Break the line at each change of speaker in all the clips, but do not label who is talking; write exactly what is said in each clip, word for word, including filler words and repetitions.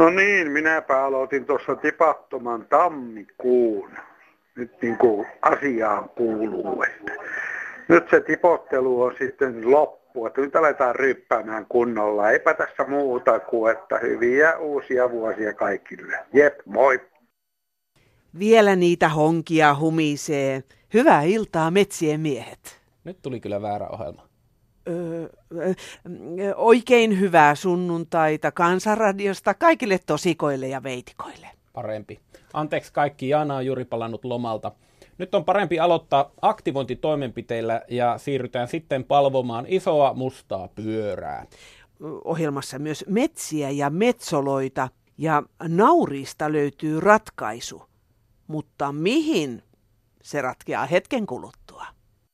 No niin, minäpä aloitin tuossa tipattoman tammikuun. Nyt niin kuin asiaan kuuluu, että nyt se tipottelu on sitten loppu, että nyt aletaan ryppäämään kunnolla. Eipä tässä muuta kuin, että hyviä uusia vuosia kaikille. Jep, moi!
Vielä niitä honkia humisee. Hyvää iltaa, metsien miehet.
Nyt tuli kyllä väärä ohjelma.
Öö, oikein hyvää sunnuntaita Kansanradiosta kaikille tosikoille ja veitikoille.
Parempi. Anteeksi kaikki, Jaana on juuri palannut lomalta. Nyt on parempi aloittaa aktivointitoimenpiteillä ja siirrytään sitten palvomaan isoa mustaa pyörää.
Ohjelmassa myös metsiä ja metsoloita ja nauriista löytyy ratkaisu. Mutta mihin? Se ratkeaa hetken kuluttua.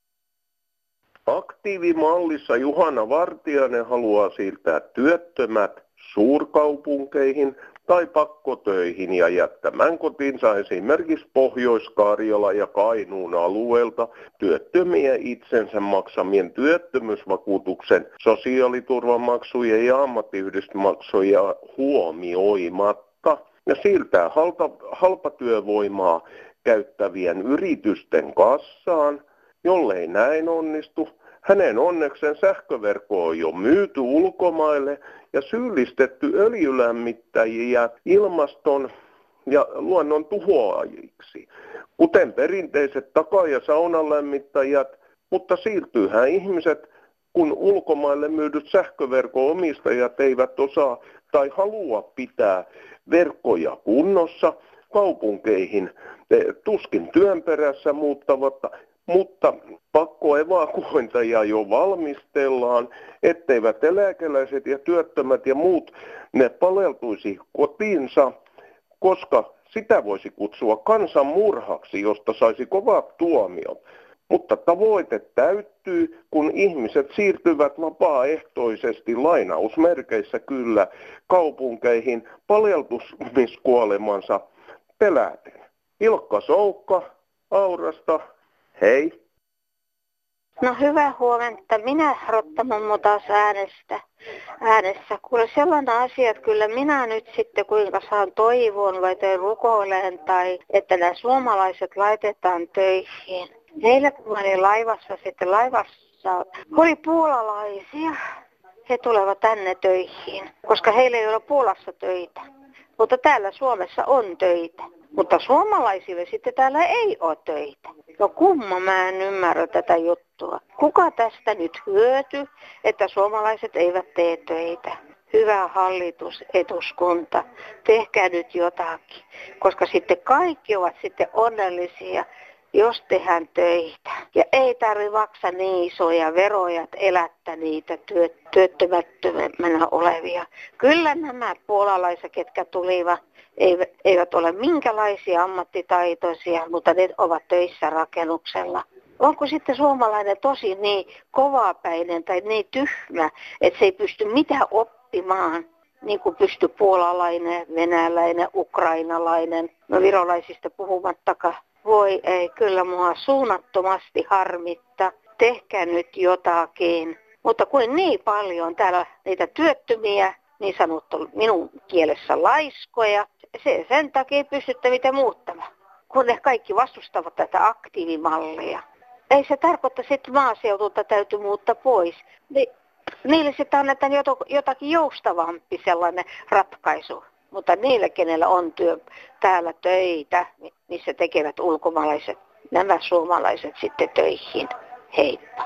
Aktiivimallissa Juhana Vartiainen haluaa siirtää työttömät suurkaupunkeihin tai pakkotöihin ja jättämään kotinsa esimerkiksi Pohjois-Karjala ja Kainuun alueelta työttömiä itsensä maksamien työttömyysvakuutuksen, sosiaaliturvamaksujen ja ammattiyhdistysmaksuja huomioimatta ja siirtää halpa, halpatyövoimaa käyttävien yritysten kassaan. Jollei näin onnistu, hänen onneksen sähköverkko on jo myyty ulkomaille ja syyllistetty öljylämmittäjiä ilmaston ja luonnon tuhoajiksi, kuten perinteiset taka- ja saunalämmittäjät, mutta siirtyyhän ihmiset, kun ulkomaille myydyt sähköverkon omistajat eivät osaa tai halua pitää verkkoja kunnossa kaupunkeihin, tuskin työn perässä muuttavat. Mutta pakkoevakuointeja jo valmistellaan, etteivät eläkeläiset ja työttömät ja muut ne paleltuisi kotiinsa, koska sitä voisi kutsua kansanmurhaksi, josta saisi kovat tuomiot. Mutta tavoite täyttyy, kun ihmiset siirtyvät vapaaehtoisesti lainausmerkeissä kyllä kaupunkeihin paleltumiskuolemansa peläten. Ilkka Soukka Aurasta. Hei.
No hyvää huomenta. Minä Rottamommo taas äänestä, äänessä. Kuule sellainen asia, että kyllä minä nyt sitten kuinka saan toivon vai tein rukoilen tai että nämä suomalaiset laitetaan töihin. Meillä kun mä olin laivassa, sitten laivassa oli puolalaisia. He tulevat tänne töihin, koska heillä ei ole Puolassa töitä. Mutta täällä Suomessa on töitä. Mutta suomalaisille sitten täällä ei ole töitä. No kumma, mä en ymmärrä tätä juttua. Kuka tästä nyt hyötyy, että suomalaiset eivät tee töitä? Hyvä hallitus, eduskunta, tehkää nyt jotakin. Koska sitten kaikki ovat sitten onnellisia, jos tehdään töitä. Ja ei tarvitse maksaa niin isoja veroja, että elättää niitä työ, työttömättömänä olevia. Kyllä nämä puolalaiset, ketkä tulivat, eivät ole minkälaisia ammattitaitoisia, mutta ne ovat töissä rakennuksella. Onko sitten suomalainen tosi niin kovapäinen tai niin tyhmä, että se ei pysty mitään oppimaan, niin kuin pystyy puolalainen, venäläinen, ukrainalainen, no virolaisista puhumattakaan. Voi ei, kyllä mua suunnattomasti harmittaa. Tehkää nyt jotakin. Mutta kuin niin paljon täällä niitä työttömiä, niin sanottu minun kielessä laiskoja, se sen takia ei pystytä mitä muuttamaan, kun ne kaikki vastustavat tätä aktiivimallia. Ei se tarkoita, että maaseutulta täytyy muuttaa pois. Ni, niille sitten annetaan jotakin joustavampi sellainen ratkaisu. Mutta niille, kenellä on työ, täällä töitä, missä tekevät ulkomaalaiset, nämä suomalaiset sitten töihin. Heippa.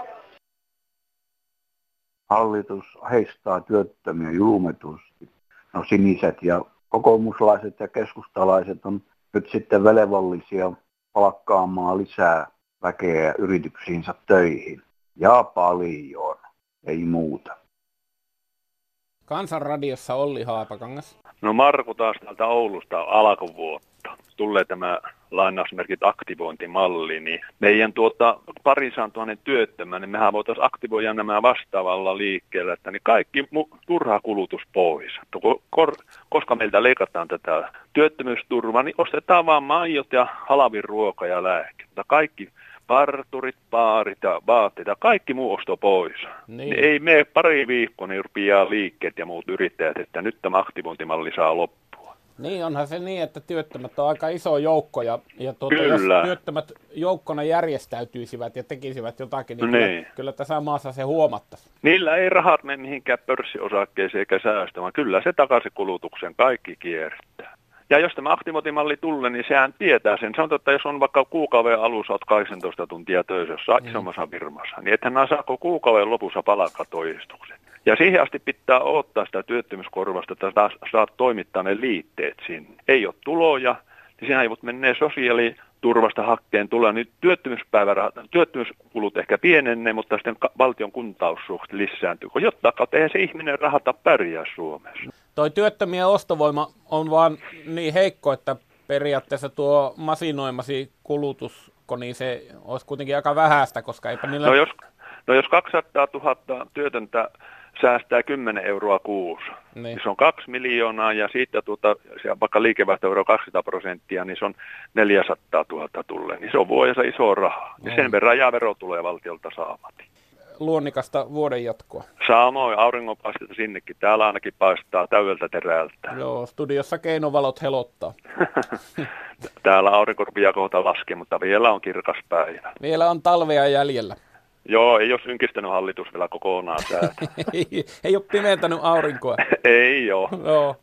Hallitus heistaa työttömiä julmetusti. No siniset ja kokoomuslaiset ja keskustalaiset on nyt sitten velvollisia palkkaamaan lisää väkeä yrityksiinsä töihin. Ja paljon, ei muuta.
Kansanradiossa Olli Haapakangas.
No Marku taas täältä Oulusta alkuvuotta. Tulee tämä lainausmerkit aktivointimalli, niin meidän tuota parisaan tuhannen työttömän, niin mehän voitaisiin aktivoida nämä vastaavalla liikkeellä, että niin kaikki mu- turha kulutus pois. Kor- koska meiltä leikataan tätä työttömyysturvaa, niin ostetaan vaan maijot ja halvin ruoka ja lääke. Mutta kaikki parturit, baarit ja vaatteet ja kaikki muu osto pois. Niin. Niin ei mene pari viikkoa, niin rupeaa liikkeet ja muut yrittäjät, että nyt tämä aktivointimalli saa loppua.
Niin, onhan se niin, että työttömät on aika iso joukko, ja, ja tuota, jos työttömät joukkona järjestäytyisivät ja tekisivät jotakin, niin, niin. Kyllä, kyllä tässä maassa se huomattaisiin.
Niillä ei rahat mene mihinkään pörssiosakkeeseen eikä säästämään. Kyllä se takaisin kulutuksen kaikki kiertää. Ja jos tämä aktivointimalli tulee, niin sehän tietää sen. Sanotaan, että jos on vaikka kuukauden alussa olet kahdeksantoista tuntia töissä jossain mm. isommassa firmassa, niin ethän nämä saako kuukauden lopussa palkkatoistuksen. Ja siihen asti pitää odottaa sitä työttömyyskorvasta, että saat toimittaa ne liitteet sinne. Ei ole tuloja, niin sehän menee sosiaaliturvasta hakkeen tuloa. Nyt työttömyyspäivärahat, työttömyyskulut ehkä pienenee, mutta sitten valtion kuntaussuhde lisääntyy. Jotta kautta eihän se ihminen rahata pärjää Suomessa.
Toi työttömien ostovoima on vaan niin heikko, että periaatteessa tuo masinoimasi kulutusko, niin se olisi kuitenkin aika vähäistä, koska eipä niillä...
No jos, no jos kaksisataatuhatta työtöntä säästää kymmenen euroa kuussa, niin. niin se on kaksi miljoonaa ja siitä tuota, vaikka liikevaihtoeuro kaksisataa prosenttia, niin se on neljäsataatuhatta tulee, niin se on vuodessa iso raha. Ja sen verran ja vero tulee valtiolta saamat.
Luonnikasta vuoden jatkoa.
Samoin auringonpaistetta sinnekin. Täällä ainakin paistaa täydeltä terältä.
Joo, studiossa keinovalot helottaa.
Täällä aurinko rupeaa kohta laskea, mutta vielä on kirkas päivä.
Vielä on talvea jäljellä.
Joo, ei ole synkistänyt hallitus vielä kokonaan säätä.
ei, ei ole pimentänyt aurinkoa.
Ei ole.
Joo.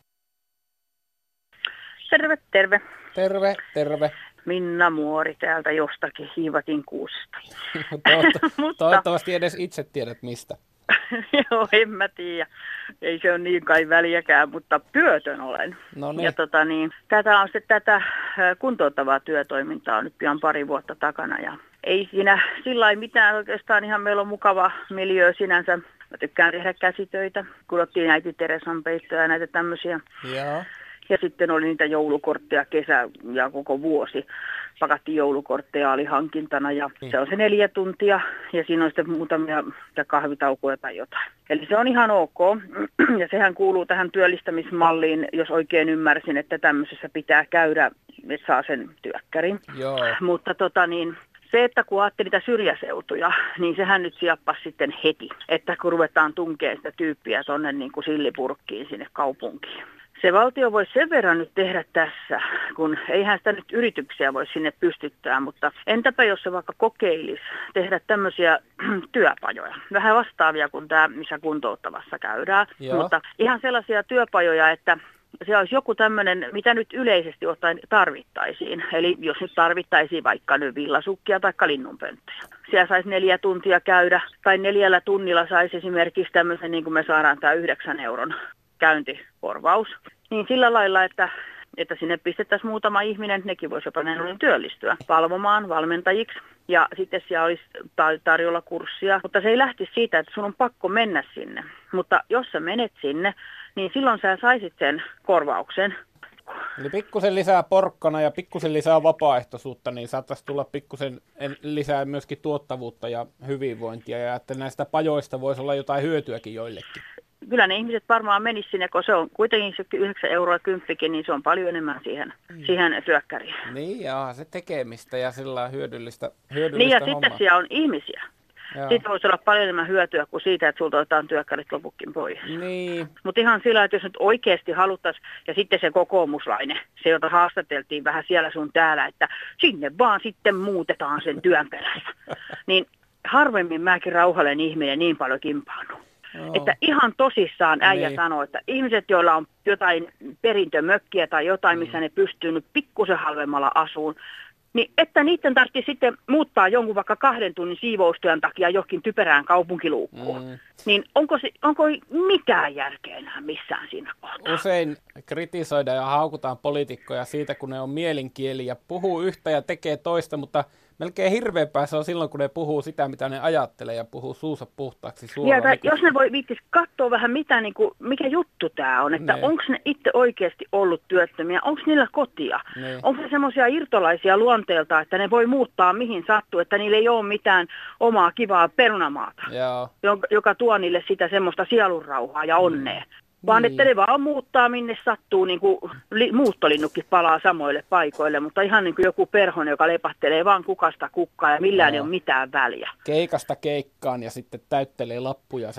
Terve, terve.
Terve, terve.
Minna Muori täältä jostakin Hiivatin kuusta.
Toivottavasti, toivottavasti edes itse tiedät mistä.
Joo, en mä tiedä. Ei se ole niin kai väliäkään, mutta työtön olen.
No niin.
Ja tota niin, tätä on sitten tätä kuntouttavaa työtoimintaa nyt pian pari vuotta takana. Ja ei siinä sillä lailla mitään oikeastaan, ihan meillä on mukava miljöö sinänsä. Mä tykkään tehdä käsitöitä. Kudottiin äiti Teresan peittoja ja näitä tämmöisiä.
Joo.
Ja sitten oli niitä joulukortteja kesä ja koko vuosi. Pakattiin joulukortteja alihankintana ja mm. se on se neljä tuntia ja siinä on sitten muutamia kahvitaukoja tai jotain. Eli se on ihan ok ja sehän kuuluu tähän työllistämismalliin, jos oikein ymmärsin, että tämmöisessä pitää käydä, että saa sen työkkärin.
Joo.
Mutta tota niin... Se, että kun ajatteli niitä syrjäseutuja, niin sehän nyt sieppasi sitten heti, että kun ruvetaan tunkemaan sitä tyyppiä tuonne niin kuin sillipurkkiin sinne kaupunkiin. Se valtio voi sen verran nyt tehdä tässä, kun eihän sitä nyt yrityksiä voi sinne pystyttää, mutta entäpä jos se vaikka kokeilisi tehdä tämmöisiä työpajoja, vähän vastaavia kuin tämä, missä kuntouttavassa käydään,
Joo.
mutta ihan sellaisia työpajoja, että se olisi joku tämmöinen, mitä nyt yleisesti ottaen tarvittaisiin. Eli jos nyt tarvittaisiin vaikka nyt villasukkia tai linnunpönttöjä. Siellä saisi neljä tuntia käydä, tai neljällä tunnilla saisi esimerkiksi tämmöisen, niin kuin me saadaan tämä yhdeksän euron käyntikorvaus. Niin sillä lailla, että, että sinne pistettäisiin muutama ihminen, nekin voisi jopa näin ollen työllistyä valvomaan valmentajiksi. Ja sitten siellä olisi tarjolla kurssia, mutta se ei lähtisi siitä, että sun on pakko mennä sinne. Mutta jos sä menet sinne, niin silloin sä saisit sen korvauksen.
Eli pikkusen lisää porkkana ja pikkusen lisää vapaaehtoisuutta, niin saattaisi tulla pikkusen lisää myöskin tuottavuutta ja hyvinvointia, ja että näistä pajoista voisi olla jotain hyötyäkin joillekin.
Kyllä ne ihmiset varmaan menisivät sinne, kun se on kuitenkin se yhdeksän euroa kymppikin, niin se on paljon enemmän siihen, mm. siihen työkkäriin.
Niin, jaa, se tekemistä ja sillä hyödyllistä, hyödyllistä
Niin, ja
hommaa.
sitten siellä on ihmisiä. Joo. Siitä voisi olla paljon enemmän hyötyä kuin siitä, että sulta otetaan työkkärit lopukin pois.
Niin.
Mutta ihan sillä, että jos nyt oikeasti haluttaisiin, ja sitten se kokoomuslainen, se jota haastateltiin vähän siellä sun täällä, että sinne vaan sitten muutetaan sen työn perässä. Niin harvemmin mäkin rauhallinen ihminen niin paljon kimpaannut. Oh. Että ihan tosissaan äijä niin. sanoo, että ihmiset, joilla on jotain perintömökkiä tai jotain, missä mm. ne pystyy nyt pikkusen halvemmalla asuun, niin että niiden tarvitsisi sitten muuttaa jonkun vaikka kahden tunnin siivoustyön takia johonkin typerään kaupunkiluukkuun. Mm. Niin onko, se, onko mitään järkeä enää missään siinä kohtaa?
Usein kritisoidaan ja haukutaan poliitikkoja siitä, kun ne on mielinkieli ja puhuu yhtä ja tekee toista, mutta melkein hirveämpää se on silloin, kun ne puhuu sitä, mitä ne ajattelee ja puhuu suunsa puhtaaksi suoraan.
Ja, jos ne voi viittis katsoa vähän, mitä, niin kuin, mikä juttu tämä on, että onko ne itse oikeasti ollut työttömiä, onko niillä kotia, ne. Onko ne semmoisia irtolaisia luonteelta, että ne voi muuttaa mihin sattuu, että niillä ei ole mitään omaa kivaa perunamaata, joka, joka tuo niille sitä semmoista sielunrauhaa ja onnea. Mm. Vaan niin. Että ne vaan muuttaa minne sattuu, niin kuin li, muuttolinnutkin palaa samoille paikoille, mutta ihan niin kuin joku perhon, joka lepahtelee vaan kukasta kukkaa ja millään no. ei ole mitään väliä.
Keikasta keikkaan ja sitten täyttelee lappuja sen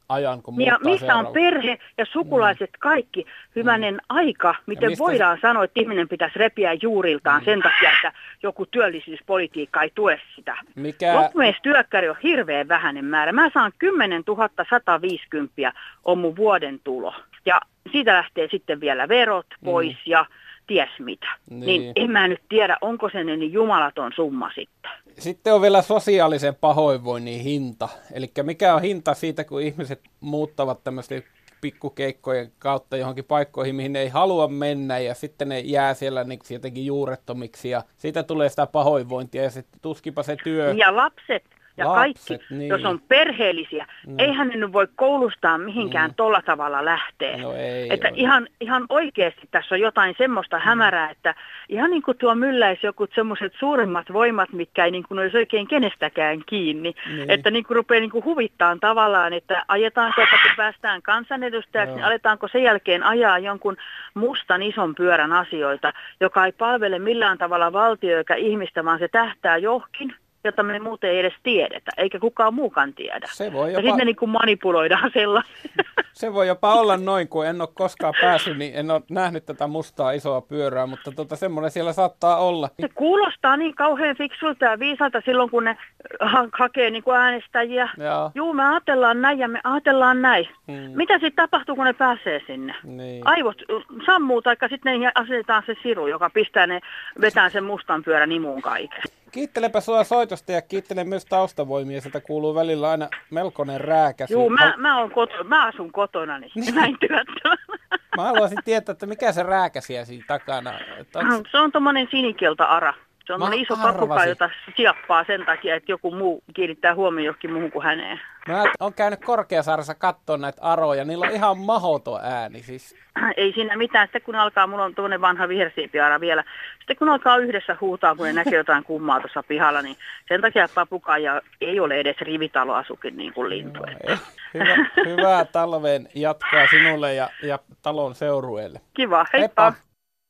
ajan, kun
ja
muuttaa
missä
seuraava.
on perhe ja sukulaiset mm. kaikki, hyvänen mm. aika, miten
mistä
voidaan se... sanoa, että ihminen pitäisi repiä juuriltaan mm. sen takia, että joku työllisyyspolitiikka ei tue sitä.
Mikä...
Loppumiestyökkäri on hirveän vähäinen määrä. Mä saan kymmenen tuhatta sata viisikymmentä on mun vuoden tulo. Ja siitä lähtee sitten vielä verot pois mm. ja ties mitä. Niin. niin en mä nyt tiedä, onko se niin jumalaton summa sitten.
Sitten on vielä sosiaalisen pahoinvoinnin hinta. Eli mikä on hinta siitä, kun ihmiset muuttavat tämmöisten pikkukeikkojen kautta johonkin paikkoihin, mihin ne ei halua mennä, ja sitten ne jää siellä niin jotenkin juurettomiksi, ja siitä tulee sitä pahoinvointia, ja sitten tuskipa se työ.
Ja lapset. Ja
Lapset,
kaikki,
niin.
jos on perheellisiä, no. eihän ne nyt voi koulustaa mihinkään mm. tolla tavalla lähteä.
No ei
että ihan, ihan oikeasti tässä on jotain semmoista hämärää, että ihan niin kuin tuo mylläisi jokut semmoiset suuremmat voimat, mitkä ei niin kuin olisi oikein kenestäkään kiinni. Niin. Että niin kuin rupeaa niin kuin huvittaa tavallaan, että ajetaanko, että kun päästään kansanedustajaksi, no. niin aletaanko sen jälkeen ajaa jonkun mustan ison pyörän asioita, joka ei palvele millään tavalla valtio eikä ihmistä, vaan se tähtää johonkin, jota me muuten ei edes tiedetä, eikä kukaan muukaan tiedä.
Se voi jopa...
Ja sitten ne niin kuin manipuloidaan sellaisen.
Se voi jopa olla noin, kun en ole koskaan päässyt, niin en ole nähnyt tätä mustaa isoa pyörää, mutta tota, semmoinen siellä saattaa olla.
Se kuulostaa niin kauhean fiksulta ja viisalta silloin, kun ne ha- hakee niin kuin äänestäjiä. Jaa. Juu, me ajatellaan näin ja me ajatellaan näin. Hmm. Mitä sitten tapahtuu, kun ne pääsee sinne? Niin. Aivot sammuu, taikka sitten ne asetetaan se siru, joka pistää ne, vetää sen mustan pyörän imuun kaiken.
Kiittelepä sua soitosta ja kiittelen myös taustavoimia, sieltä kuuluu välillä aina melkoinen rääkäsy.
Joo, mä, mä, on koto, mä asun kotona, niin näin työttömänä.
Mä haluaisin tietää, että mikä se rääkäsiä siinä takana. Onks...
Se on tommonen sinikilta-ara. Se on iso papuka, jota siappaa sen takia, että joku muu kiinnittää huomioon johonkin muuhun kuin häneen.
Mä oon käynyt Korkeasaaressa katsomaan näitä aroja, niillä on ihan mahoton ääni siis.
Ei siinä mitään. Sitten kun alkaa, mulla on tuollainen vanha vihersiipiara vielä, sitten kun alkaa yhdessä huutaa, kun ne näkee jotain kummaa tuossa pihalla, niin sen takia papukaija ei ole edes rivitaloasukin niin kuin lintu.
No, hyvä, hyvää talven jatkaa sinulle ja, ja talon seurueelle.
Kiva, heippa! heippa.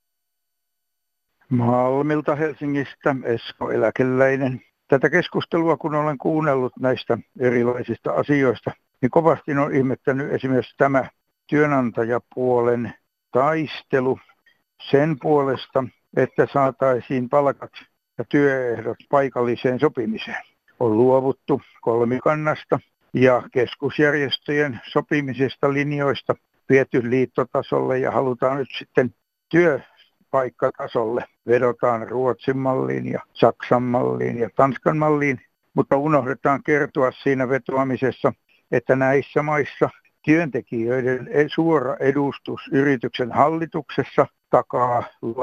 Malmilta Helsingistä, Esko eläkeläinen. Tätä keskustelua, kun olen kuunnellut näistä erilaisista asioista, niin kovasti on ihmettänyt esimerkiksi tämä työnantajapuolen taistelu sen puolesta, että saataisiin palkat ja työehdot paikalliseen sopimiseen. On luovuttu kolmikannasta ja keskusjärjestöjen sopimisesta linjoista viety liittotasolle ja halutaan nyt sitten työ paikkatasolle. Vedotaan Ruotsin malliin ja Saksan malliin ja Tanskan malliin, mutta unohdetaan kertoa siinä vetoamisessa, että näissä maissa työntekijöiden suora edustus yrityksen hallituksessa takaa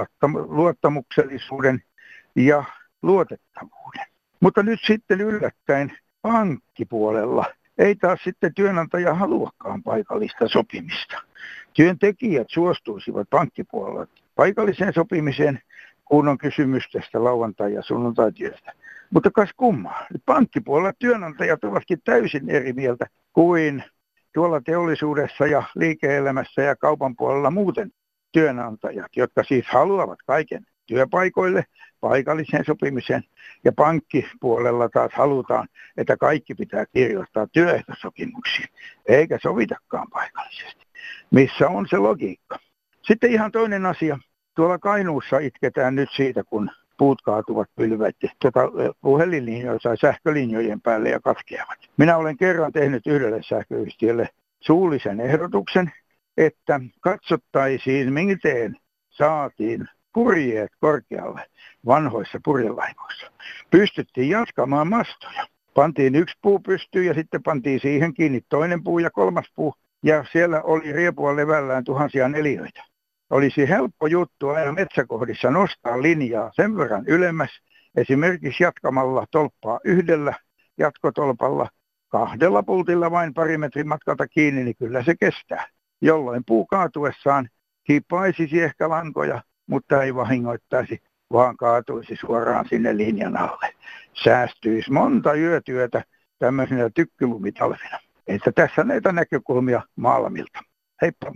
luottamuksellisuuden ja luotettavuuden. Mutta nyt sitten yllättäen pankkipuolella ei taas sitten työnantaja haluakaan paikallista sopimista. Työntekijät suostuisivat pankkipuolella paikalliseen sopimiseen, kun on kysymys tästä lauantai- ja sunnuntaityöstä. Mutta kas kummaa, pankkipuolella työnantajat ovatkin täysin eri mieltä kuin tuolla teollisuudessa ja liike-elämässä ja kaupan puolella muuten työnantajat, jotka siis haluavat kaiken työpaikoille, paikalliseen sopimiseen, ja pankkipuolella taas halutaan, että kaikki pitää kirjoittaa työehtosopimuksiin, eikä sovitakaan paikallisesti. Missä on se logiikka? Sitten ihan toinen asia. Tuolla Kainuussa itketään nyt siitä, kun puut kaatuvat pylvät tuota, puhelinlinjojen tai sähkölinjojen päälle ja katkeavat. Minä olen kerran tehnyt yhdelle sähköyhtiölle suullisen ehdotuksen, että katsottaisiin, miten saatiin purjeet korkealle vanhoissa purjelaivoissa. Pystyttiin jatkamaan mastoja. Pantiin yksi puu pystyyn ja sitten pantiin siihen kiinni toinen puu ja kolmas puu. Ja siellä oli riepua levällään tuhansia neliöitä. Olisi helppo juttu aina metsäkohdissa nostaa linjaa sen verran ylemmäs, esimerkiksi jatkamalla tolppaa yhdellä jatkotolpalla, kahdella pultilla vain pari metrin matkalta kiinni, niin kyllä se kestää. Jolloin puu kaatuessaan kipaisisi ehkä lankoja, mutta ei vahingoittaisi, vaan kaatuisi suoraan sinne linjan alle. Säästyisi monta yötyötä tämmöisenä tykkylumitalvina. Että tässä näitä näkökulmia Malmilta. Heippa.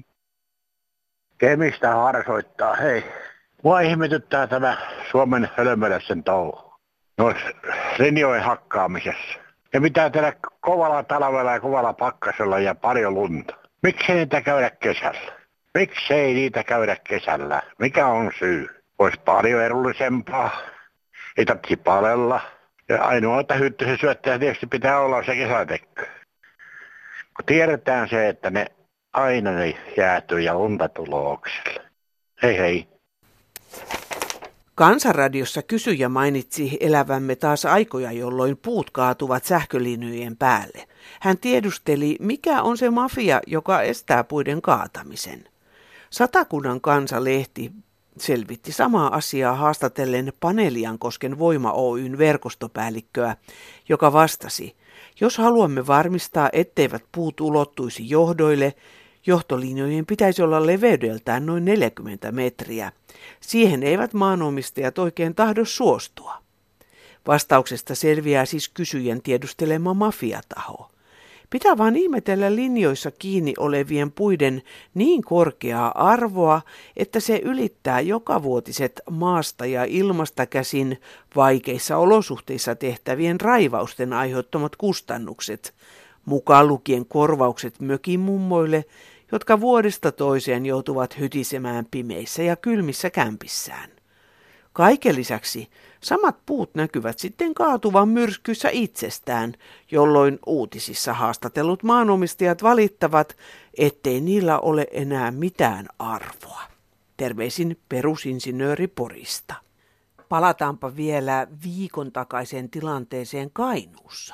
Kemistä harsoittaa, hei. Mua ihmetyttää tämä Suomen hölmöläisen touhu. Noissa linjojen hakkaamisessa. Ja mitä tehdä kovalla talvella ja kovalla pakkasella ja paljon lunta? Miksei niitä käydä kesällä? Miksei niitä käydä kesällä? Mikä on syy? Olisi paljon edullisempaa. Ei tarvitse palella. Ja ainoa, että hyttysen syöttäjä tietysti pitää olla se kesätekkö. Kun tiedetään se, että ne aina ne jäätyy ja lunta tulokselle. Hei hei.
Kansanradiossa kysyjä mainitsi elävämme taas aikoja, jolloin puut kaatuvat sähkölinjojen päälle. Hän tiedusteli, mikä on se mafia, joka estää puiden kaatamisen. Satakunnan Kansa-lehti selvitti samaa asiaa haastatellen Paneeliankosken Voima Oyn verkostopäällikköä, joka vastasi, jos haluamme varmistaa, etteivät puut ulottuisi johdoille, johtolinjojen pitäisi olla leveydeltään noin neljäkymmentä metriä. Siihen eivät maanomistajat oikein tahdo suostua. Vastauksesta selviää siis kysyjän tiedustelema mafiataho. Pitää vaan ihmetellä linjoissa kiinni olevien puiden niin korkeaa arvoa, että se ylittää jokavuotiset maasta ja ilmasta käsin vaikeissa olosuhteissa tehtävien raivausten aiheuttamat kustannukset, mukaan lukien korvaukset mökinmummoille, jotka vuodesta toiseen joutuvat hytisemään pimeissä ja kylmissä kämpissään. Kaiken lisäksi samat puut näkyvät sitten kaatuvan myrskyissä itsestään, jolloin uutisissa haastatellut maanomistajat valittavat, ettei niillä ole enää mitään arvoa. Terveisin perusinsinööri Porista. Palataanpa vielä viikon takaiseen tilanteeseen Kainuussa.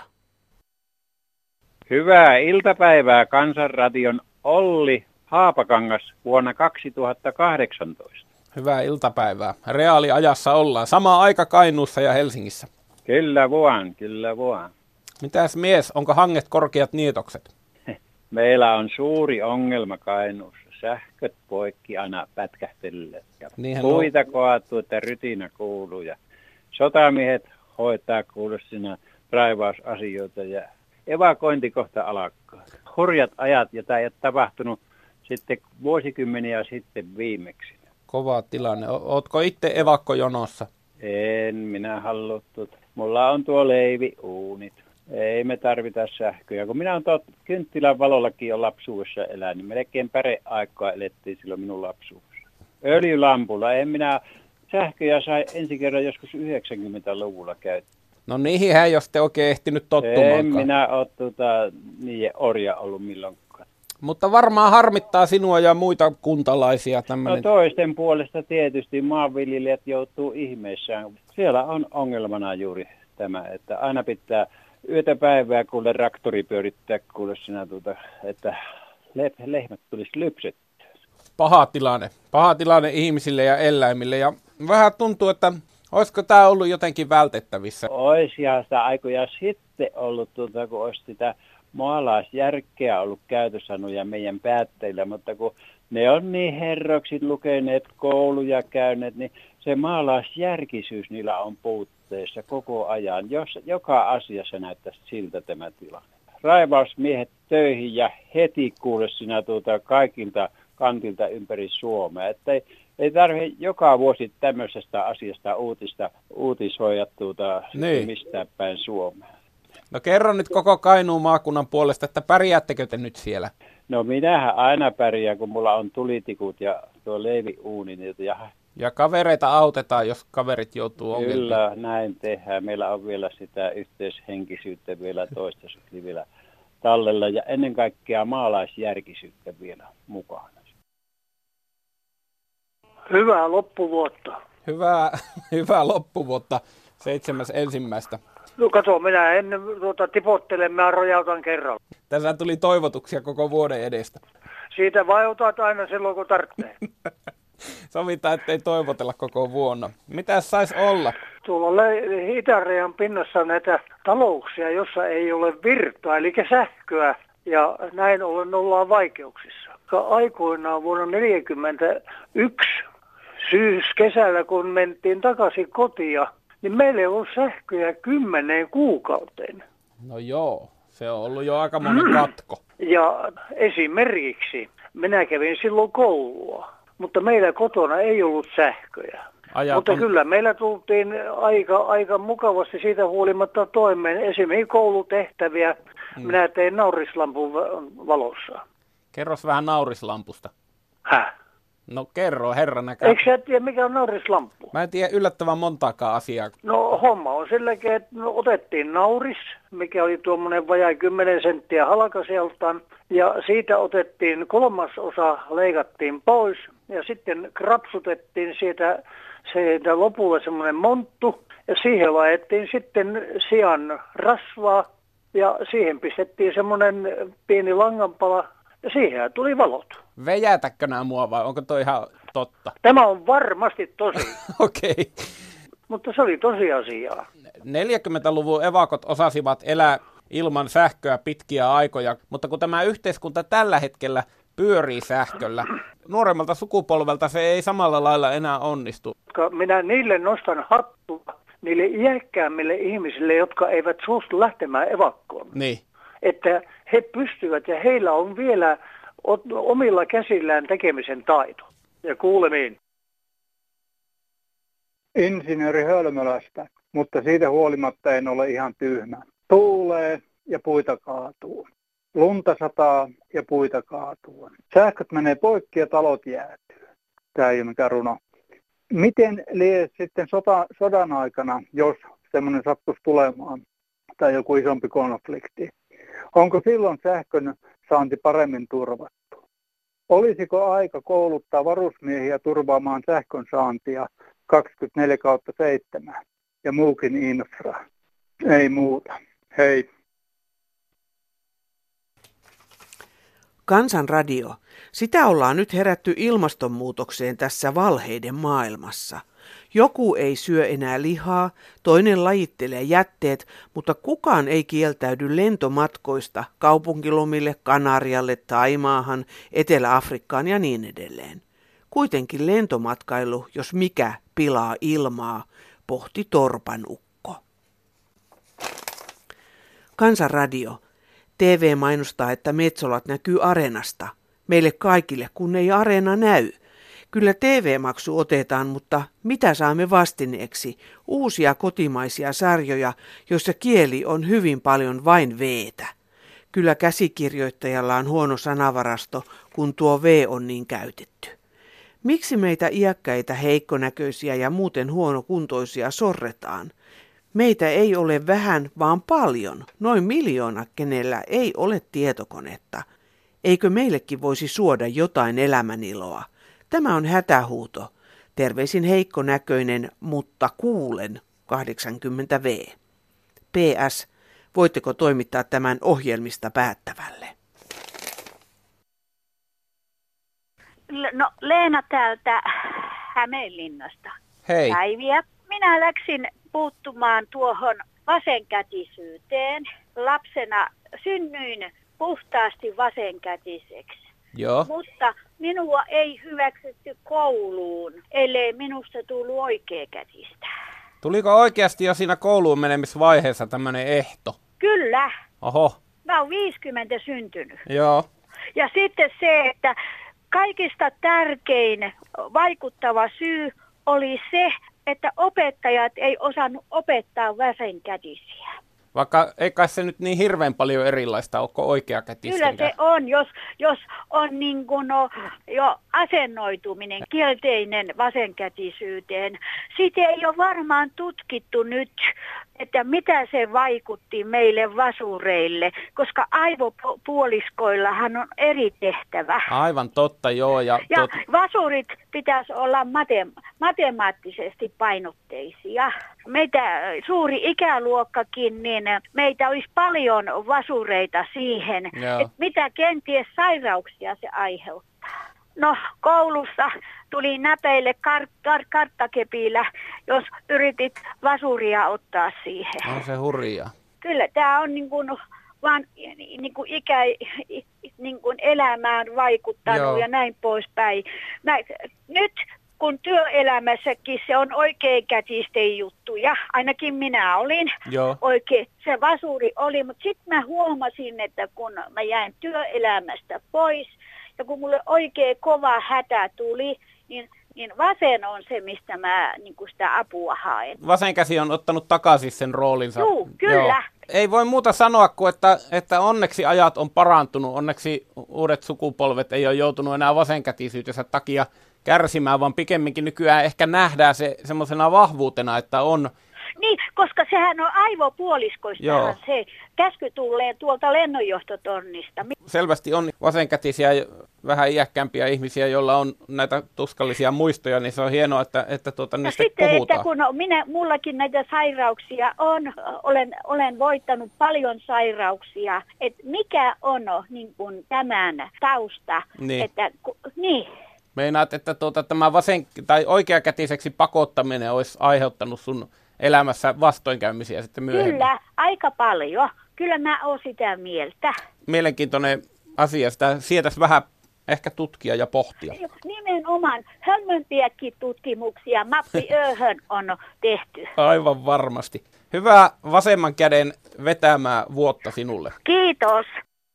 Hyvää iltapäivää Kansanradion Olli Haapakangas vuonna kaksituhattakahdeksantoista.
Hyvää iltapäivää. Reaaliajassa ollaan. Sama aika Kainuussa ja Helsingissä.
Kyllä vaan, kyllä vaan.
Mitäs mies, onko hanget korkeat niitokset?
Meillä on suuri ongelma Kainuussa. Sähköt poikki aina pätkähtelee. Puita on kaatuu, että rytinä kuuluu. Ja sotamiehet hoitaa kuulu siinä raivausasioita ja evakointi kohta alkaa. Hurjat ajat, ja tämä ei ole tapahtunut sitten vuosikymmeniä sitten viimeksi.
Kova tilanne. Ootko itse evakkojonossa?
En minä halua. Mulla on tuo leiviuunit. Ei me tarvita sähköä. Kun minä on tuo kynttilän valollakin jo lapsuudessa elänyt, niin melkein päreaikaa elettiin silloin minun lapsuudessa. Öljylampulla. En minä sähköjä sai ensi kerran joskus yhdeksänkymmentäluvulla käyttää.
No niihin ei ole sitten oikein ehtinyt tottumaankaan.
En minä ole tuota, niiden orja ollut milloinkaan.
Mutta varmaan harmittaa sinua ja muita kuntalaisia tämmöinen.
No toisten puolesta tietysti maanviljelijät joutuu ihmeissään. Siellä on ongelmana juuri tämä, että aina pitää yötä päivää kuule traktori pyörittää kuule sinä tuota, että lehmät tulisi lypsettyä.
Paha tilanne. Paha tilanne ihmisille ja eläimille ja vähän tuntuu, että olisiko tämä ollut jotenkin vältettävissä?
Olisi ja sitä aikoja sitten ollut, tuota, kun olisi sitä maalaisjärkeä ollut käytössä ja meidän päättäjillä, mutta kun ne on niin herroksi lukeneet kouluja käyneet, niin se maalaisjärkisyys niillä on puutteessa koko ajan. Jos, joka asiassa näyttäisi siltä tämä tilanne. Raivausmiehet töihin ja heti kuule sinä tuota kaikilta kantilta ympäri Suomea. Että ei, ei tarvitse joka vuosi tämmöisestä asiasta uutista, uutisoida tuota, niin mistään päin Suomea.
No kerro nyt koko Kainuun maakunnan puolesta, että pärjäättekö te nyt siellä?
No minähän aina pärjään, kun mulla on tulitikut ja tuo leiviuuni. Ja,
ja kavereita autetaan, jos kaverit joutuu ongelmiin.
Kyllä, näin tehdään. Meillä on vielä sitä yhteishenkisyyttä vielä toistaiseksi vielä tallella ja ennen kaikkea maalaisjärkisyyttä vielä mukaan.
Hyvää loppuvuotta.
Hyvää, hyvää loppuvuotta, seitsemäs ensimmäistä.
No kato, minä en tuota, tipottele, mä rojautan kerralla.
Tässä tuli toivotuksia koko vuoden edestä.
Siitä vai otat aina silloin, kun tarvitsee.
Sovitaan, ettei toivotella koko vuonna. Mitäs saisi olla?
Tuolla itärajan pinnassa on näitä talouksia, jossa ei ole virtaa, eli sähköä, ja näin ollen ollaan vaikeuksissa. Aikoinaan vuonna neljäkymmentäyksi syyskesällä, kun mentiin takaisin kotia, niin meillä ei ollut sähköjä kymmeneen kuukauteen.
No joo, se on ollut jo aika monen katko.
Ja esimerkiksi minä kävin silloin koulua, mutta meillä kotona ei ollut sähköjä.
ajat
Mutta
on...
kyllä meillä tultiin aika, aika mukavasti siitä huolimatta toimeen. Esimerkiksi koulutehtäviä hmm. minä tein naurislampun valossa.
Kerros vähän naurislampusta.
Häh?
No kerro, herra näkää.
Eikö sä tiedä, mikä on naurislamppu?
Mä en tiedä yllättävän montaakaan asiaa.
No homma on silläkin, että me otettiin nauris, mikä oli tuommoinen vajaa kymmenen senttiä halkasijaltaan. Ja siitä otettiin kolmas osa, leikattiin pois ja sitten krapsutettiin siitä, siitä lopulle semmoinen monttu. Ja siihen laitettiin sitten sian rasvaa ja siihen pistettiin semmoinen pieni langanpala ja siihen tuli valot.
Vejätäkö nämä mua vai onko toi ihan totta?
Tämä on varmasti tosi.
Okei. Okay.
Mutta se oli tosiasiaa.
neljäkymmentäluvun evakot osasivat elää ilman sähköä pitkiä aikoja, mutta kun tämä yhteiskunta tällä hetkellä pyörii sähköllä, nuoremmalta sukupolvelta se ei samalla lailla enää onnistu.
Minä niille nostan hattua, niille iäkkäämmille ihmisille, jotka eivät suostu lähtemään evakkoon.
Niin.
Että he pystyvät ja heillä on vielä omilla käsillään tekemisen taito. Ja kuulemiin.
Insinööri Hölmölästä, mutta siitä huolimatta en ole ihan tyhmä. Tuulee ja puita kaatuu. Lunta sataa ja puita kaatuu. Sähköt menee poikki ja talot jäätyy. Tämä ei ole mikään runo. Miten lie sitten sota, sodan aikana, jos semmoinen sattuisi tulemaan, tai joku isompi konflikti? Onko silloin sähkön saanti paremmin turvattu? Olisiko aika kouluttaa varusmiehiä turvaamaan sähkön saantia kaksikymmentäneljä kautta seitsemän ja muukin infra? Ei muuta. Hei.
Kansanradio. Sitä ollaan nyt herätty ilmastonmuutokseen tässä valheiden maailmassa. Joku ei syö enää lihaa, toinen lajittelee jätteet, mutta kukaan ei kieltäydy lentomatkoista kaupunkilomille, Kanarialle, Taimaahan, Etelä-Afrikkaan ja niin edelleen. Kuitenkin lentomatkailu, jos mikä, pilaa ilmaa, pohti Torpan ukko. Kansanradio. T V mainostaa, että Metsolat näkyy Areenasta. Meille kaikille, kun ei Areena näy. Kyllä T V-maksu otetaan, mutta mitä saamme vastineeksi? Uusia kotimaisia sarjoja, joissa kieli on hyvin paljon vain veetä. Kyllä käsikirjoittajalla on huono sanavarasto, kun tuo V on niin käytetty. Miksi meitä iäkkäitä, heikkonäköisiä ja muuten huonokuntoisia sorretaan? Meitä ei ole vähän, vaan paljon, noin miljoona, kenellä ei ole tietokonetta. Eikö meillekin voisi suoda jotain elämäniloa? Tämä on hätähuuto. Terveisin heikkonäköinen, mutta kuulen kahdeksankymmentä V. P S. Voitteko toimittaa tämän ohjelmista päättävälle?
No, Leena täältä Hämeenlinnasta.
Hei.
Päiviä. Minä läksin puuttumaan tuohon vasenkätisyyteen. Lapsena synnyin puhtaasti vasenkätiseksi.
Joo.
Mutta minua ei hyväksytty kouluun, ellei minusta tullut oikeakätistä.
Tuliko oikeasti jo siinä kouluun menemisvaiheessa tämmöinen ehto?
Kyllä.
Oho.
Mä oon viisikymmentä syntynyt.
Joo.
Ja sitten se, että kaikista tärkein vaikuttava syy oli se, että opettajat ei osannut opettaa vasenkätisiä.
Vaikka ei kai se nyt niin hirveän paljon erilaista ole kuin oikeakätistenkään.
Kyllä se on, jos, jos on niin kuin no, jo asennoituminen kielteinen vasenkätisyyteen. Siitä ei ole varmaan tutkittu nyt, että mitä se vaikutti meille vasureille, koska aivopuoliskoillahan on eri tehtävä.
Aivan totta, joo. Ja,
ja
tot...
vasurit pitäisi olla mate- matemaattisesti painotteisia. Meitä suuri ikäluokkakin, niin meitä olisi paljon vasureita siihen, että mitä kenties sairauksia se aiheuttaa. No, koulussa tuli näpeille kar- kar- karttakepillä, jos yritit vasuria ottaa siihen.
On se hurjaa.
Kyllä, tämä on niin kuin vaan niin kuin ikä, niin kuin elämään vaikuttanut Joo. ja näin poispäin. Mä, nyt kun työelämässäkin se on oikeakätisten juttuja, ainakin minä olin
Joo.
oikein, se vasuri oli, mutta sitten mä huomasin, että kun mä jäin työelämästä pois ja kun mulle oikein kova hätä tuli, niin niin vasen on se, mistä mä niin kuin sitä apua haen.
Vasen käsi on ottanut takaisin sen roolinsa.
Juu, kyllä. Joo.
Ei voi muuta sanoa kuin, että, että onneksi ajat on parantunut. Onneksi uudet sukupolvet ei ole joutunut enää vasenkätisyytensä takia kärsimään, vaan pikemminkin nykyään ehkä nähdään se semmoisena vahvuutena, että on.
Niin, koska sehän on aivopuoliskoistahan se. Käsky tulee tuolta lennonjohtotonnista.
Selvästi on vasenkätisiä vähän iäkkäämpiä ihmisiä, joilla on näitä tuskallisia muistoja, niin se on hienoa, että, että tuota, niistä
no sitten,
puhutaan.
Että kun minä, mullakin näitä sairauksia on, olen, olen voittanut paljon sairauksia, että mikä on niin kuin tämän tausta.
Niin.
Että, ku, niin.
Meinaat, että tuota, tämä vasen, tai oikeakätiseksi pakottaminen olisi aiheuttanut sun elämässä vastoinkäymisiä sitten myöhemmin?
Kyllä, aika paljon. Kyllä mä oon sitä mieltä.
Mielenkiintoinen asia, sitä sietäisi vähän ehkä tutkia ja pohtia.
Nimenomaan hölmömpiäkin tutkimuksia Mappi Öhön on tehty.
Aivan varmasti. Hyvää vasemman käden vetämää vuotta sinulle.
Kiitos.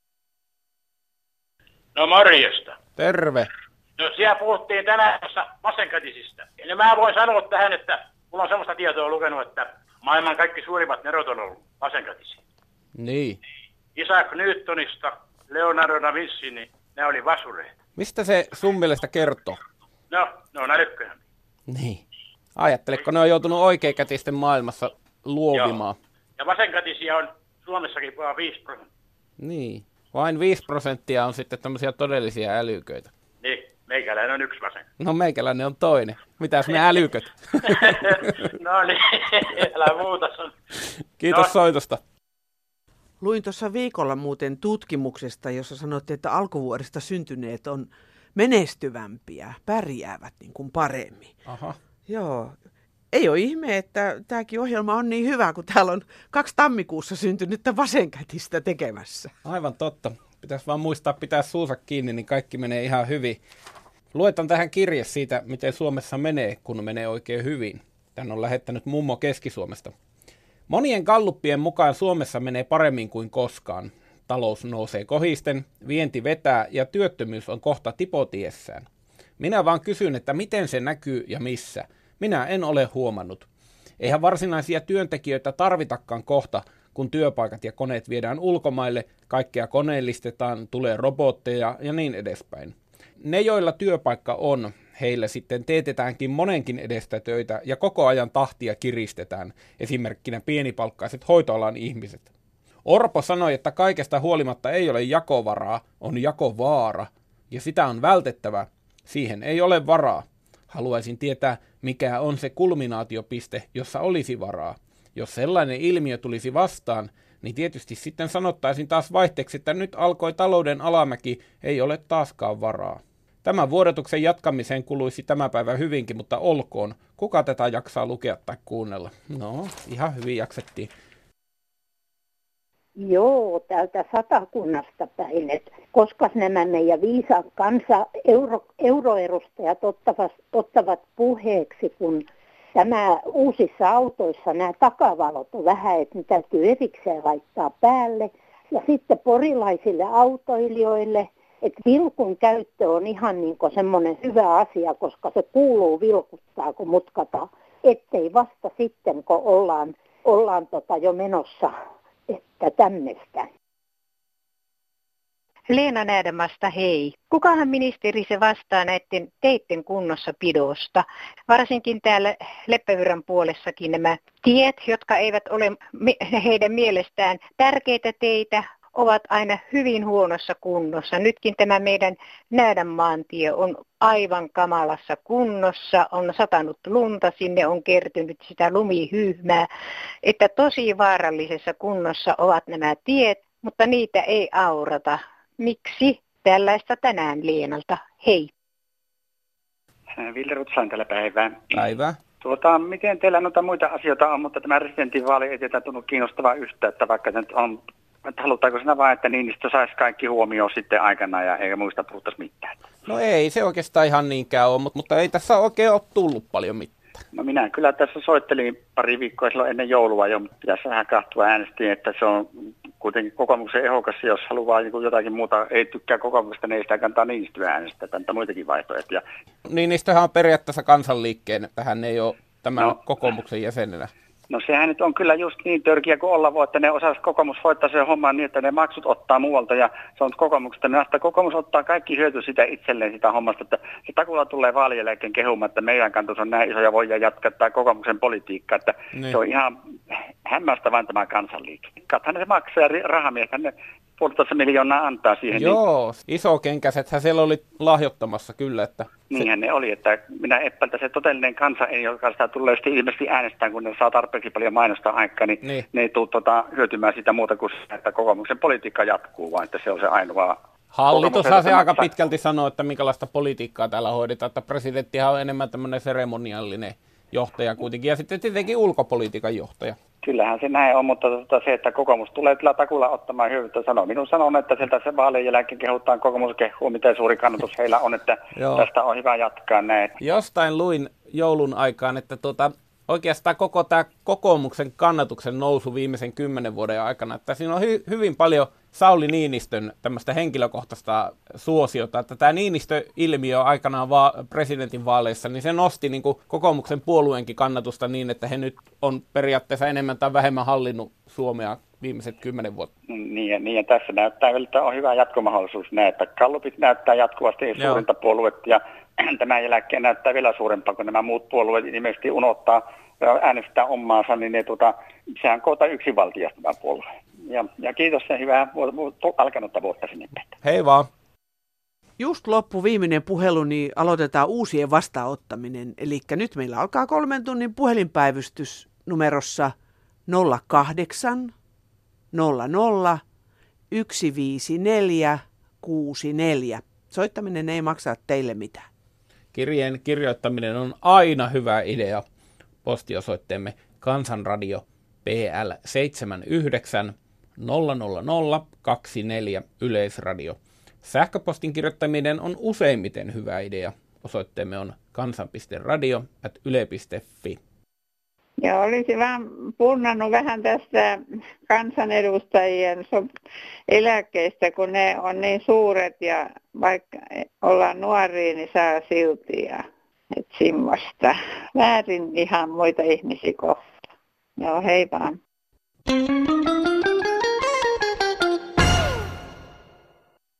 No morjesta.
Terve.
No siellä puhuttiin tänään vasenkätisistä. Ja mä voin sanoa tähän, että mulla on semmoista tietoa lukenut, että maailman kaikki suurimmat nerot on ollut vasenkätisiä.
Niin.
Isaac Newtonista, Leonardo da Vinci, niin ne oli vasureita.
Mistä se sun mielestä kertoo?
No, ne on älykköjä.
Niin. Ajatteletko, ne on joutunut oikeakätisten maailmassa luovimaan?
Joo. Ja vasenkätisiä on Suomessakin vain viisi prosenttia.
Niin. Vain viisi prosenttia on sitten tämmöisiä todellisia älyköitä.
Niin, meikäläinen on yksi vasen.
No meikäläinen on toinen. Mitäs me älyköt?
No niin, älä muuta sun.
Kiitos
no.
soitosta.
Luin tuossa viikolla muuten tutkimuksesta, jossa sanottiin, että alkuvuodesta syntyneet on menestyvämpiä, pärjäävät niin kuin paremmin.
Aha.
Joo. Ei ole ihme, että tämäkin ohjelma on niin hyvä, kun täällä on kaksi tammikuussa syntynyttä vasenkätistä tekemässä.
Aivan totta. Pitäisi vaan muistaa pitää suusa kiinni, niin kaikki menee ihan hyvin. Luetaan tähän kirje siitä, miten Suomessa menee, kun menee oikein hyvin. Tän on lähettänyt mummo Keski-Suomesta. Monien galluppien mukaan Suomessa menee paremmin kuin koskaan. Talous nousee kohisten, vienti vetää ja työttömyys on kohta tipotiessään. Minä vaan kysyn, että miten se näkyy ja missä. Minä en ole huomannut. Eihän varsinaisia työntekijöitä tarvitakaan kohta, kun työpaikat ja koneet viedään ulkomaille, kaikkea koneellistetaan, tulee robotteja ja niin edespäin. Ne, joilla työpaikka on, heillä sitten teetetäänkin monenkin edestä töitä ja koko ajan tahtia kiristetään, esimerkkinä pienipalkkaiset hoitoalan ihmiset. Orpo sanoi, että kaikesta huolimatta ei ole jakovaraa, on jakovaara, ja sitä on vältettävä. Siihen ei ole varaa. Haluaisin tietää, mikä on se kulminaatiopiste, jossa olisi varaa. Jos sellainen ilmiö tulisi vastaan, niin tietysti sitten sanottaisiin taas vaihteeksi, että nyt alkoi talouden alamäki, ei ole taaskaan varaa. Tämän vuodatuksen jatkamiseen kuluisi tämä päivä hyvinkin, mutta olkoon. Kuka tätä jaksaa lukea tai kuunnella? No, ihan hyvin jaksettiin.
Joo, täältä Satakunnasta päin, että koska nämä meidän viisaat kansa, euro, euroedustajat ottavat, ottavat puheeksi, kun tämä uusissa autoissa nämä takavalot on vähän, että ne täytyy erikseen laittaa päälle. Ja sitten porilaisille autoilijoille, että vilkun käyttö on ihan niin kuin semmoinen hyvä asia, koska se kuuluu vilkuttaa, kun mutkataan. Ettei vasta sitten, kun ollaan, ollaan tota jo menossa, että tämmöistä.
Leena Näädämasta, hei. Kukahan ministeri se vastaa näiden teitten kunnossapidosta? Varsinkin täällä Leppävirran puolessakin nämä tiet, jotka eivät ole heidän mielestään tärkeitä teitä, ovat aina hyvin huonossa kunnossa. Nytkin tämä meidän Näädänmaantie on aivan kamalassa kunnossa, on satanut lunta, sinne on kertynyt sitä lumihyhmää, että tosi vaarallisessa kunnossa ovat nämä tiet, mutta niitä ei aurata. Miksi? Tällaista tänään Leenalta. Hei.
Ville Rutsalan tällä päivää.
Päivää.
Tuota, miten teillä noita muita asioita on, mutta tämä presidentinvaali ei tietää tunnu kiinnostavaa yhtään, että vaikka se nyt on, että halutaanko siinä vaan, että Niinistö saisi kaikki huomioon sitten aikana ja eikä muista puhuttaisi mitään?
No ei se oikeastaan ihan niinkään ole, mutta, mutta ei tässä oikein ole tullut paljon mitään.
No minä kyllä tässä soittelin pari viikkoa silloin ennen joulua jo, mutta tässä vähän kahtua äänestin, että se on kuitenkin kokoomuksen ehokas, jos haluaa jotakin muuta, ei tykkää kokoomuksesta, niin ei sitä kantaa Niinistöä äänestää, kantaa muitakin vaihtoehtoja.
Niinistöhän on periaatteessa kansanliikkeen, että hän ei ole tämän
no.
kokoomuksen jäsenenä.
No sehän nyt on kyllä just niin törkiä kuin olla voi, että ne osaisi kokoomus hoitaa sen homman niin, että ne maksut ottaa muualta ja se on kokoomuksesta. Minä että kokoomus ottaa kaikki hyöty sitä itselleen sitä hommasta, että se takulla tulee vaalien jälkeen kehumaan, että meidän kantus on näin iso ja voidaan jatkaa tämä kokoomuksen politiikka, että niin. Se on ihan hämmästävän tämä kansanliike. Katsotaan se maksaa ja rahamiehethän ne puolitoista miljoonaa antaa siihen.
Joo, niin. Isokenkäisethän siellä oli lahjoittamassa kyllä. Että
niinhän se ne oli, että minä epäiltä se totellinen kansa, joka sitä tulee sitten ilmeisesti äänestään, kun ne saa tarpeeksi paljon mainosta aikaa, niin, niin. ne ei tule tuota, hyötymään sitä muuta kuin sitä, että kokoomuksen politiikka jatkuu, vaan että se on se ainoa.
Hallitushan se aika pitkälti sanoo, että minkälaista politiikkaa täällä hoidetaan, että presidenttihan on enemmän tämmöinen seremoniallinen johtaja kuitenkin, ja sitten tietenkin ulkopolitiikan johtaja.
Kyllähän se näin on, mutta tota se, että kokoomus tulee kyllä takulla ottamaan hyödytä. Sanoo minun sanon, että sieltä se vaalien jälkeen kehutaan kokoomus kehuu, miten suuri kannatus heillä on, että tästä on hyvä jatkaa näin.
Jostain luin joulun aikaan, että tuota, oikeastaan koko tämä kokoomuksen kannatuksen nousu viimeisen kymmenen vuoden aikana, että siinä on hy- hyvin paljon Sauli Niinistön tämmöistä henkilökohtaista suosiota, että tämä Niinistö-ilmiö aikanaan va- presidentin vaaleissa, niin se nosti niin kuin kokoomuksen puolueenkin kannatusta niin, että he nyt on periaatteessa enemmän tai vähemmän hallinnut Suomea viimeiset kymmenen vuotta.
Niin ja, niin ja tässä näyttää, että on hyvä jatkomahdollisuus näin, että Gallupit näyttää jatkuvasti Joo. suurinta puoluetta ja tämän jälkeen näyttää vielä suurempaa, kun nämä muut puolueet ilmeisesti unohtaa ja äänestää omaansa, niin ne, tuota, sehän koota yksinvaltiasta tämä puolue. Ja, ja kiitos ja hyvää alkanutta vuotta sinne.
Hei vaan.
Just loppu viimeinen puhelu, niin aloitetaan uusien vastaanottaminen. Eli nyt meillä alkaa kolmen tunnin puhelinpäivystys numerossa nolla kahdeksan nolla nolla yksi viisi neljä kuusi neljä. Soittaminen ei maksa teille mitään.
Kirjeen kirjoittaminen on aina hyvä idea. Postiosoitteemme Kansanradio P L seitsemänkymmentäyhdeksän nolla nolla nolla kaksikymmentäneljä Yleisradio. Sähköpostin kirjoittaminen on useimmiten hyvä idea. Osoitteemme on kansan piste radio ät yle piste fi.
Ja olisi vaan punnannut vähän tästä kansanedustajien eläkkeistä, kun ne on niin suuret ja vaikka ollaan nuoria, niin saa siltiä. Että semmoista. Väärin ihan muita ihmisiä kohtaan. Joo, hei vaan.